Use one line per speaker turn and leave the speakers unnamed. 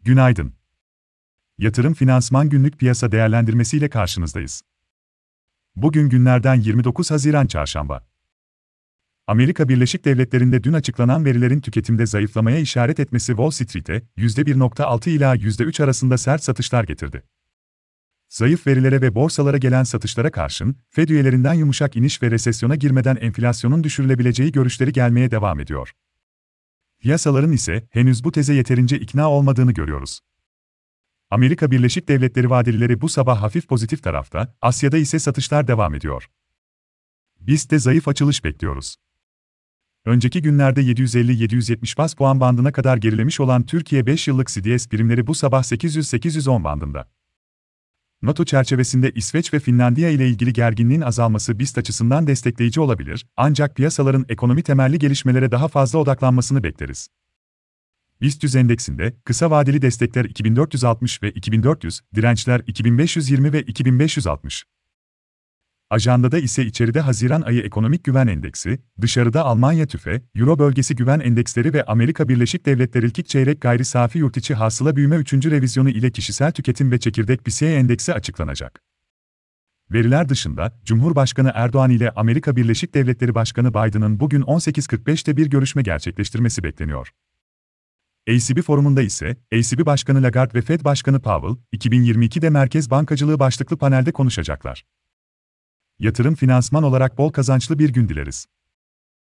Günaydın. Yatırım Finansman Günlük Piyasa Değerlendirmesi ile karşınızdayız. Bugün günlerden 29 Haziran Çarşamba. Amerika Birleşik Devletleri'nde dün açıklanan verilerin tüketimde zayıflamaya işaret etmesi Wall Street'e %1.6 ila %3 arasında sert satışlar getirdi. Zayıf verilere ve borsalara gelen satışlara karşın, Fed üyelerinden yumuşak iniş ve resesyona girmeden enflasyonun düşürülebileceği görüşleri gelmeye devam ediyor. Piyasaların ise henüz bu teze yeterince ikna olmadığını görüyoruz. Amerika Birleşik Devletleri vadelileri bu sabah hafif pozitif tarafta, Asya'da ise satışlar devam ediyor. Biz de zayıf açılış bekliyoruz. Önceki günlerde 750-770 baz puan bandına kadar gerilemiş olan Türkiye 5 yıllık CDS primleri bu sabah 800-810 bandında. NATO çerçevesinde İsveç ve Finlandiya ile ilgili gerginliğin azalması BIST açısından destekleyici olabilir, ancak piyasaların ekonomi temelli gelişmelere daha fazla odaklanmasını bekleriz. BIST 100 endeksinde kısa vadeli destekler 2460 ve 2400, dirençler 2520 ve 2560. Ajandada ise içeride Haziran ayı ekonomik güven endeksi, dışarıda Almanya TÜFE, Euro bölgesi güven endeksleri ve Amerika Birleşik Devletleri ilk çeyrek gayri safi yurtiçi hasıla büyüme 3. revizyonu ile kişisel tüketim ve çekirdek PCE endeksi açıklanacak. Veriler dışında, Cumhurbaşkanı Erdoğan ile Amerika Birleşik Devletleri Başkanı Biden'ın bugün 18.45'te bir görüşme gerçekleştirmesi bekleniyor. ECB forumunda ise, ECB Başkanı Lagarde ve Fed Başkanı Powell, 2022'de merkez bankacılığı başlıklı panelde konuşacaklar. Yatırım finansman olarak bol kazançlı bir gün dileriz.